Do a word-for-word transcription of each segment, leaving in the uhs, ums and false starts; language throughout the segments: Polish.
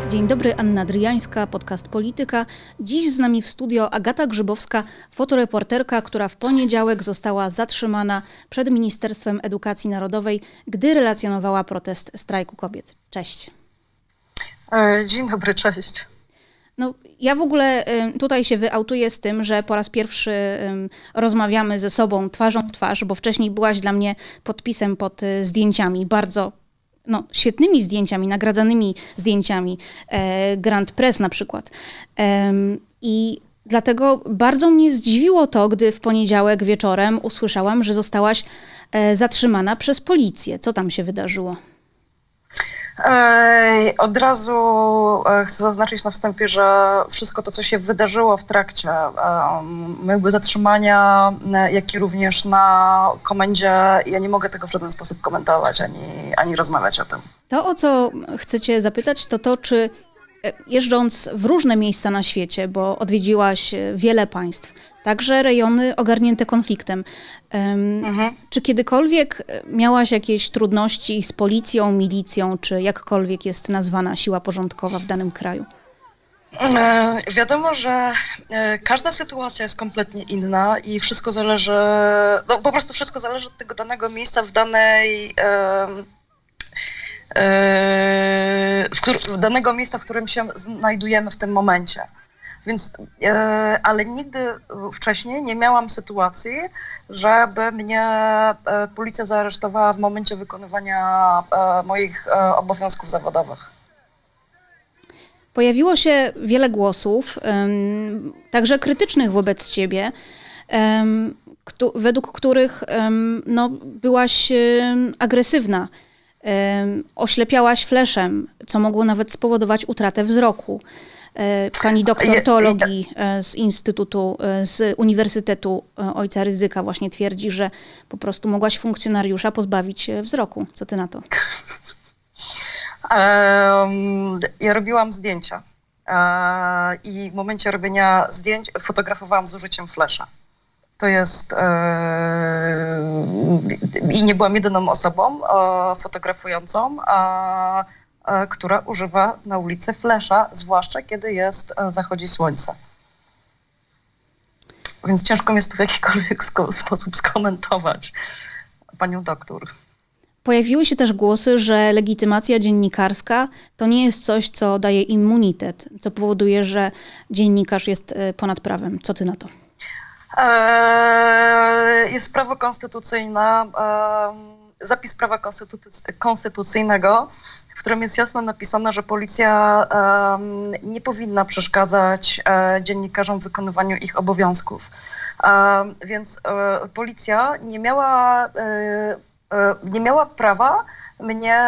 Dzień dobry, Anna Dryjańska, podcast Polityka. Dziś z nami w studio Agata Grzybowska, fotoreporterka, która w poniedziałek została zatrzymana przed Ministerstwem Edukacji Narodowej, gdy relacjonowała protest strajku kobiet. Cześć. Dzień dobry, cześć. No, ja w ogóle tutaj się wyautuję z tym, że po raz pierwszy rozmawiamy ze sobą twarzą w twarz, bo wcześniej byłaś dla mnie podpisem pod zdjęciami, bardzo no, świetnymi zdjęciami, nagradzanymi zdjęciami, Grand Press na przykład. I dlatego bardzo mnie zdziwiło to, gdy w poniedziałek wieczorem usłyszałam, że zostałaś zatrzymana przez policję. Co tam się wydarzyło? Od razu chcę zaznaczyć na wstępie, że wszystko to, co się wydarzyło w trakcie mojego zatrzymania, jak i również na komendzie, ja nie mogę tego w żaden sposób komentować ani, ani rozmawiać o tym. To, o co chcę cię zapytać, to to, czy jeżdżąc w różne miejsca na świecie, bo odwiedziłaś wiele państw, także rejony ogarnięte konfliktem. Um, mhm. Czy kiedykolwiek miałaś jakieś trudności z policją, milicją, czy jakkolwiek jest nazwana siła porządkowa w danym kraju? E, wiadomo, że e, każda sytuacja jest kompletnie inna i wszystko zależy, no po prostu wszystko zależy od tego danego miejsca w danej... E, w któr- danego miejsca, w którym się znajdujemy w tym momencie. Więc, e, ale nigdy wcześniej nie miałam sytuacji, żeby mnie e, policja zaaresztowała w momencie wykonywania e, moich e, obowiązków zawodowych. Pojawiło się wiele głosów, um, także krytycznych wobec ciebie, um, kto, według których um, no, byłaś um, agresywna. Oślepiałaś fleszem, co mogło nawet spowodować utratę wzroku. Pani doktor teologii z Instytutu, z Uniwersytetu Ojca Rydzyka właśnie twierdzi, że po prostu mogłaś funkcjonariusza pozbawić wzroku. Co ty na to? Ja robiłam zdjęcia i w momencie robienia zdjęć fotografowałam z użyciem flesza. To jest e, i nie byłam jedyną osobą e, fotografującą, a, a, która używa na ulicy flesza, zwłaszcza kiedy jest e, zachodzi słońce. Więc ciężko mi jest to w jakikolwiek sko- sposób skomentować panią doktor. Pojawiły się też głosy, że legitymacja dziennikarska to nie jest coś, co daje immunitet, co powoduje, że dziennikarz jest ponad prawem. Co ty na to? Jest prawo konstytucyjne, zapis prawa konstytucyjnego, w którym jest jasno napisane, że policja nie powinna przeszkadzać dziennikarzom w wykonywaniu ich obowiązków. Więc policja nie miała, nie miała prawa mnie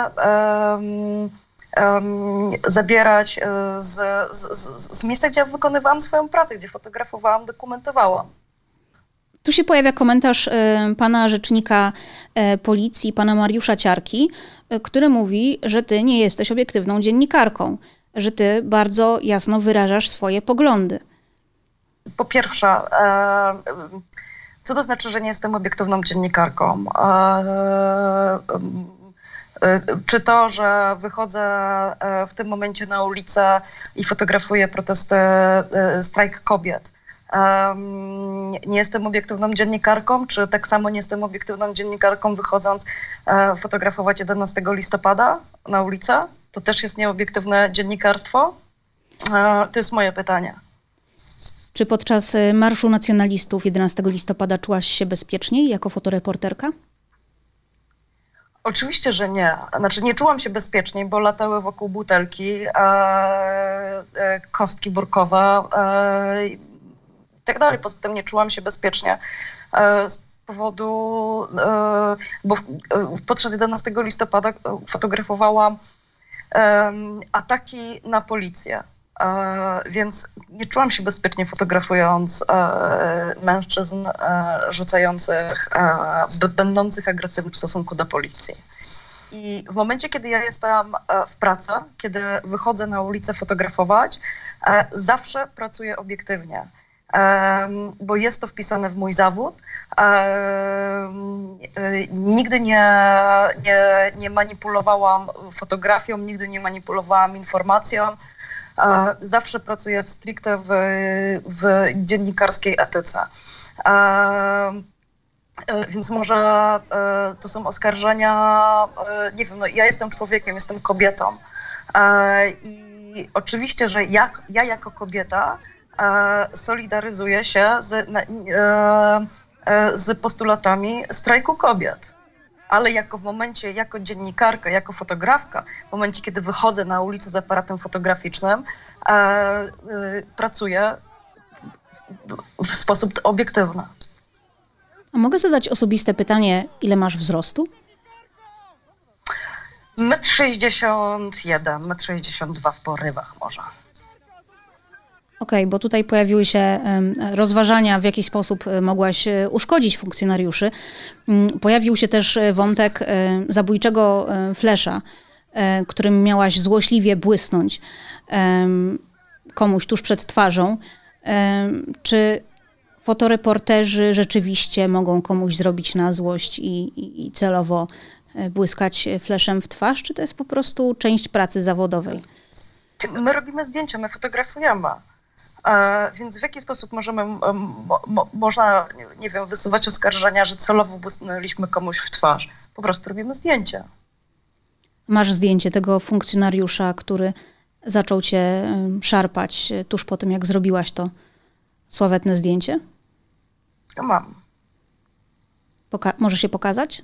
Um, zabierać z, z, z miejsca, gdzie ja wykonywałam swoją pracę, gdzie fotografowałam, dokumentowałam. Tu się pojawia komentarz y, pana rzecznika y, policji, pana Mariusza Ciarki, y, który mówi, że ty nie jesteś obiektywną dziennikarką, że ty bardzo jasno wyrażasz swoje poglądy. Po pierwsze, e, co to znaczy, że nie jestem obiektywną dziennikarką? E, e, Czy to, że wychodzę w tym momencie na ulicę i fotografuję protesty, strajk kobiet. Nie jestem obiektywną dziennikarką, czy tak samo nie jestem obiektywną dziennikarką wychodząc fotografować jedenastego listopada na ulicę? To też jest nieobiektywne dziennikarstwo? To jest moje pytanie. Czy podczas Marszu Nacjonalistów jedenastego listopada czułaś się bezpieczniej jako fotoreporterka? Oczywiście, że nie. Znaczy nie czułam się bezpieczniej, bo latały wokół butelki, e, e, kostki burkowe e, i tak dalej. Poza tym nie czułam się bezpiecznie e, z powodu, e, bo w, e, podczas jedenastego listopada fotografowałam e, ataki na policję. E, więc nie czułam się bezpiecznie fotografując e, mężczyzn e, rzucających, e, będących agresywnych w stosunku do policji. I w momencie, kiedy ja jestem e, w pracy, kiedy wychodzę na ulicę fotografować, e, zawsze pracuję obiektywnie. bo jest to wpisane w mój zawód. Nigdy nie, nie, nie manipulowałam fotografią, nigdy nie manipulowałam informacją. Zawsze pracuję w stricte w, w dziennikarskiej etyce. Więc może to są oskarżenia, nie wiem, no ja jestem człowiekiem, jestem kobietą. I oczywiście, że jak, ja jako kobieta solidaryzuję się z, z postulatami strajku kobiet. Ale jako w momencie, jako dziennikarka, jako fotografka, w momencie, kiedy wychodzę na ulicę z aparatem fotograficznym, e, e, pracuję w sposób obiektywny. A mogę zadać osobiste pytanie, ile masz wzrostu? metr sześćdziesiąt jeden, metr sześćdziesiąt dwa w porywach może. Okej, okay, bo tutaj pojawiły się rozważania, w jaki sposób mogłaś uszkodzić funkcjonariuszy. Pojawił się też wątek zabójczego flesza, którym miałaś złośliwie błysnąć komuś tuż przed twarzą. Czy fotoreporterzy rzeczywiście mogą komuś zrobić na złość i, i, i celowo błyskać fleszem w twarz, czy to jest po prostu część pracy zawodowej? My robimy zdjęcia, my fotografujemy. E, więc w jaki sposób możemy, mo, mo, można, nie wiem, wysuwać oskarżenia, że celowo błysnęliśmy komuś w twarz? Po prostu robimy zdjęcia. Masz zdjęcie tego funkcjonariusza, który zaczął cię szarpać tuż po tym, jak zrobiłaś to sławetne zdjęcie? Ja mam. Poka- może się pokazać?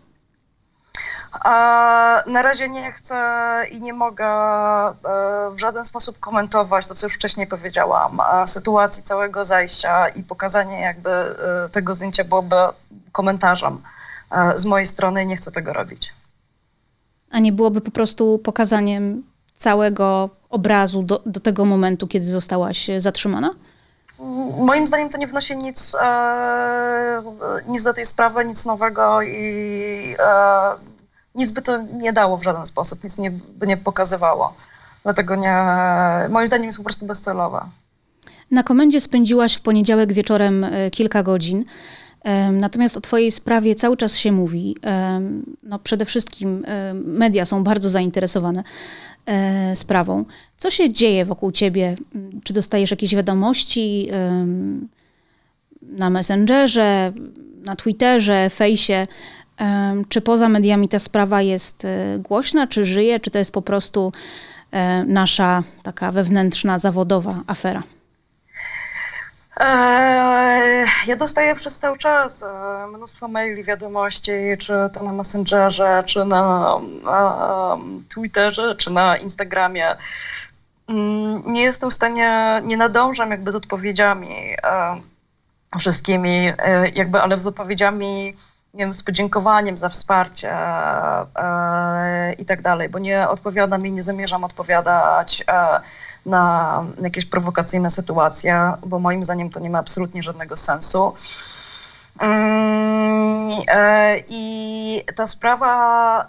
Na razie nie chcę i nie mogę w żaden sposób komentować to, co już wcześniej powiedziałam, sytuacji całego zajścia i pokazanie jakby tego zdjęcia byłoby komentarzem z mojej strony i nie chcę tego robić. A nie byłoby po prostu pokazaniem całego obrazu do, do tego momentu, kiedy zostałaś zatrzymana? Moim zdaniem to nie wnosi nic, e, nic do tej sprawy, nic nowego i e, nic by to nie dało w żaden sposób, nic nie, by nie pokazywało. Dlatego nie, moim zdaniem jest po prostu bezcelowe. Na komendzie spędziłaś w poniedziałek wieczorem kilka godzin. Natomiast o twojej sprawie cały czas się mówi. No przede wszystkim media są bardzo zainteresowane sprawą. Co się dzieje wokół ciebie? Czy dostajesz jakieś wiadomości na Messengerze, na Twitterze, Fejsie? Czy poza mediami ta sprawa jest głośna, czy żyje, czy to jest po prostu nasza taka wewnętrzna, zawodowa afera? Ja dostaję przez cały czas mnóstwo maili, wiadomości, czy to na Messengerze, czy na, na Twitterze, czy na Instagramie. Nie jestem w stanie, nie nadążam jakby z odpowiedziami wszystkimi, jakby, ale z odpowiedziami, nie wiem, z podziękowaniem za wsparcie i tak dalej, bo nie odpowiadam i nie zamierzam odpowiadać na jakieś prowokacyjne sytuacje, bo moim zdaniem to nie ma absolutnie żadnego sensu. I ta sprawa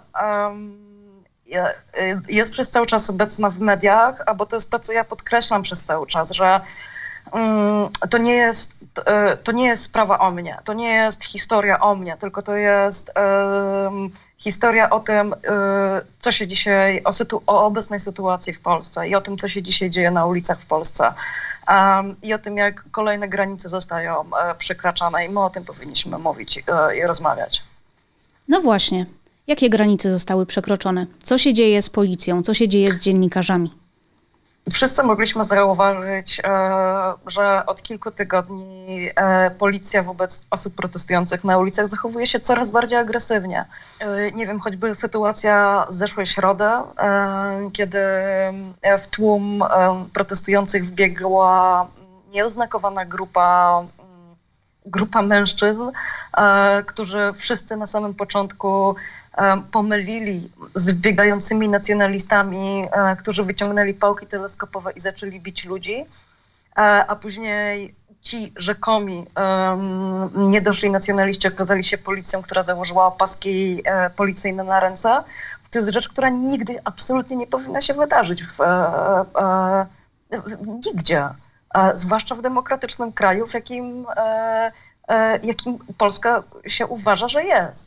jest przez cały czas obecna w mediach, bo to jest to, co ja podkreślam przez cały czas, że to nie jest, to nie jest sprawa o mnie, to nie jest historia o mnie, tylko to jest um, historia o tym, um, co się dzisiaj, o, sytu- o obecnej sytuacji w Polsce i o tym, co się dzisiaj dzieje na ulicach w Polsce um, i o tym, jak kolejne granice zostają um, przekraczane i my o tym powinniśmy mówić um, i rozmawiać. No właśnie, jakie granice zostały przekroczone? Co się dzieje z policją? Co się dzieje z dziennikarzami? Wszyscy mogliśmy zauważyć, że od kilku tygodni policja wobec osób protestujących na ulicach zachowuje się coraz bardziej agresywnie. Nie wiem, choćby sytuacja z zeszłej środy, kiedy w tłum protestujących wbiegła nieoznakowana grupa, grupa mężczyzn, którzy wszyscy na samym początku pomylili z biegającymi nacjonalistami, którzy wyciągnęli pałki teleskopowe i zaczęli bić ludzi, a później ci rzekomi niedoszli nacjonaliści okazali się policją, która założyła opaski policyjne na ręce. To jest rzecz, która nigdy absolutnie nie powinna się wydarzyć w, w, w, nigdzie. zwłaszcza w demokratycznym kraju, w jakim, jakim Polska się uważa, że jest.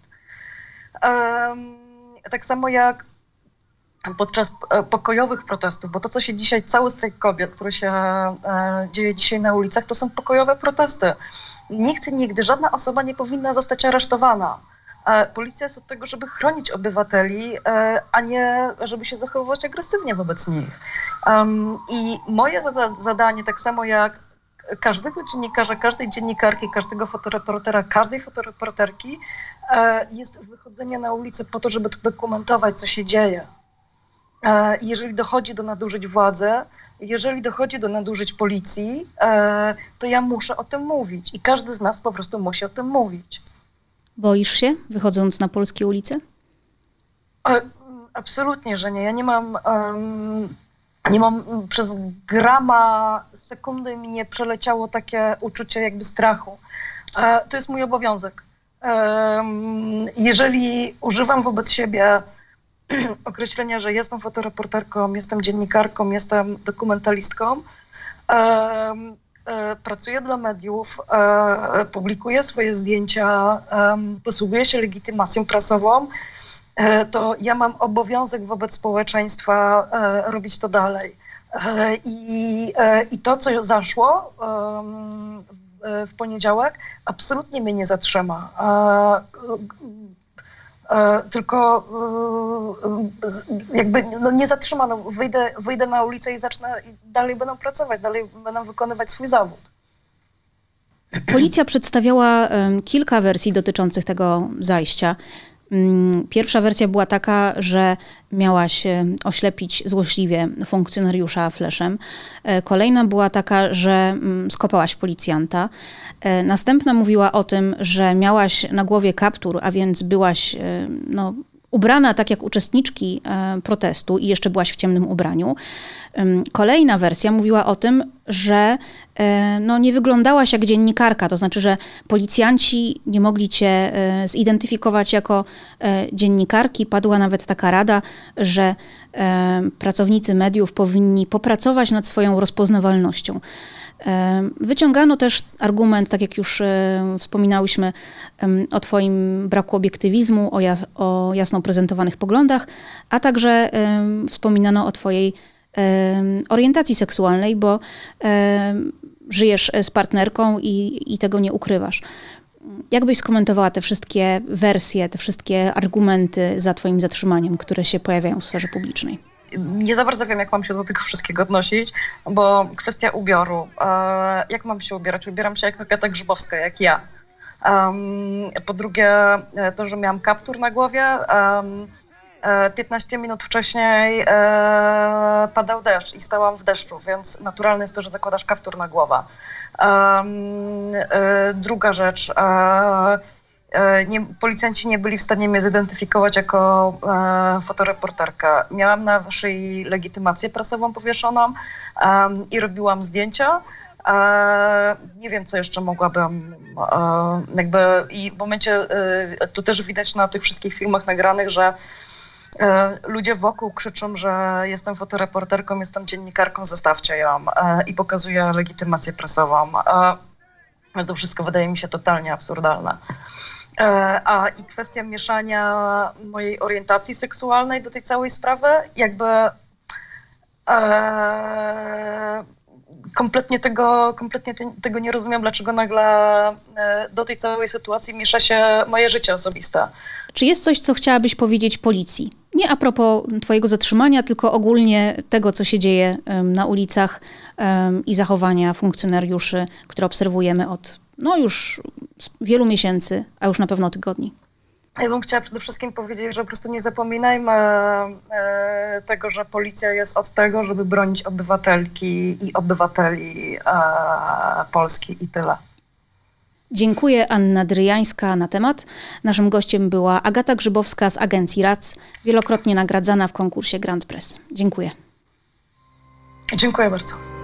Tak samo jak podczas pokojowych protestów, bo to, co się dzisiaj, cały strajk kobiet, który się dzieje dzisiaj na ulicach, to są pokojowe protesty. Nikt nigdy, żadna osoba nie powinna zostać aresztowana. Policja jest od tego, żeby chronić obywateli, a nie żeby się zachowywać agresywnie wobec nich. I moje zadanie, tak samo jak każdego dziennikarza, każdej dziennikarki, każdego fotoreportera, każdej fotoreporterki, jest wychodzenie na ulicę po to, żeby to dokumentować, co się dzieje. Jeżeli dochodzi do nadużyć władzy, jeżeli dochodzi do nadużyć policji, to ja muszę o tym mówić i każdy z nas po prostu musi o tym mówić. Boisz się, wychodząc na polskie ulice? Absolutnie, że nie. Ja nie mam, um, nie mam przez grama sekundy mi nie przeleciało takie uczucie jakby strachu. E, to jest mój obowiązek. E, jeżeli używam wobec siebie określenia, że jestem fotoreporterką, jestem dziennikarką, jestem dokumentalistką, e, pracuję dla mediów, publikuję swoje zdjęcia, posługuję się legitymacją prasową, to ja mam obowiązek wobec społeczeństwa robić to dalej. I, i to, co zaszło w poniedziałek, absolutnie mnie nie zatrzyma. Tylko jakby no nie zatrzyma, no wyjdę, wyjdę na ulicę i zacznę i dalej będą pracować, dalej będą wykonywać swój zawód. Policja przedstawiała um, kilka wersji dotyczących tego zajścia. Um, pierwsza wersja była taka, że miałaś oślepić złośliwie funkcjonariusza fleszem. Kolejna była taka, że um, skopałaś policjanta. Następna mówiła o tym, że miałaś na głowie kaptur, a więc byłaś no, ubrana tak jak uczestniczki protestu i jeszcze byłaś w ciemnym ubraniu. Kolejna wersja mówiła o tym, że no, nie wyglądałaś jak dziennikarka, to znaczy, że policjanci nie mogli cię zidentyfikować jako dziennikarki. Padła nawet taka rada, że pracownicy mediów powinni popracować nad swoją rozpoznawalnością. Wyciągano też argument, tak jak już wspominałyśmy, o twoim braku obiektywizmu, o, jas- o jasno prezentowanych poglądach, a także wspominano o twojej orientacji seksualnej, bo żyjesz z partnerką i, i tego nie ukrywasz. Jak byś skomentowała te wszystkie wersje, te wszystkie argumenty za twoim zatrzymaniem, które się pojawiają w sferze publicznej? Nie za bardzo wiem, jak mam się do tego wszystkiego odnosić, bo kwestia ubioru. Jak mam się ubierać? Ubieram się jak Agata Grzybowska, jak ja. Po drugie, to, że miałam kaptur na głowie. piętnaście minut wcześniej padał deszcz i stałam w deszczu, więc naturalne jest to, że zakładasz kaptur na głowę. Druga rzecz. Nie, policjanci nie byli w stanie mnie zidentyfikować jako e, fotoreporterkę. Miałam na szyi legitymację prasową powieszoną e, i robiłam zdjęcia. E, nie wiem, co jeszcze mogłabym e, jakby i w momencie, e, to też widać na tych wszystkich filmach nagranych, że e, ludzie wokół krzyczą, że jestem fotoreporterką, jestem dziennikarką, zostawcie ją e, i pokazuję legitymację prasową. E, to wszystko wydaje mi się totalnie absurdalne. A i kwestia mieszania mojej orientacji seksualnej do tej całej sprawy, jakby e, kompletnie, tego, kompletnie te, tego nie rozumiem, dlaczego nagle e, do tej całej sytuacji miesza się moje życie osobiste. Czy jest coś, co chciałabyś powiedzieć policji? Nie a propos twojego zatrzymania, tylko ogólnie tego, co się dzieje um, na ulicach um, i zachowania funkcjonariuszy, które obserwujemy od no już wielu miesięcy, a już na pewno tygodni. Ja bym chciała przede wszystkim powiedzieć, że po prostu nie zapominajmy e, tego, że policja jest od tego, żeby bronić obywatelki i obywateli e, Polski i tyle. Dziękuję. Anna Dryjańska na temat. Naszym gościem była Agata Grzybowska z agencji R A C, wielokrotnie nagradzana w konkursie Grand Press. Dziękuję. Dziękuję bardzo.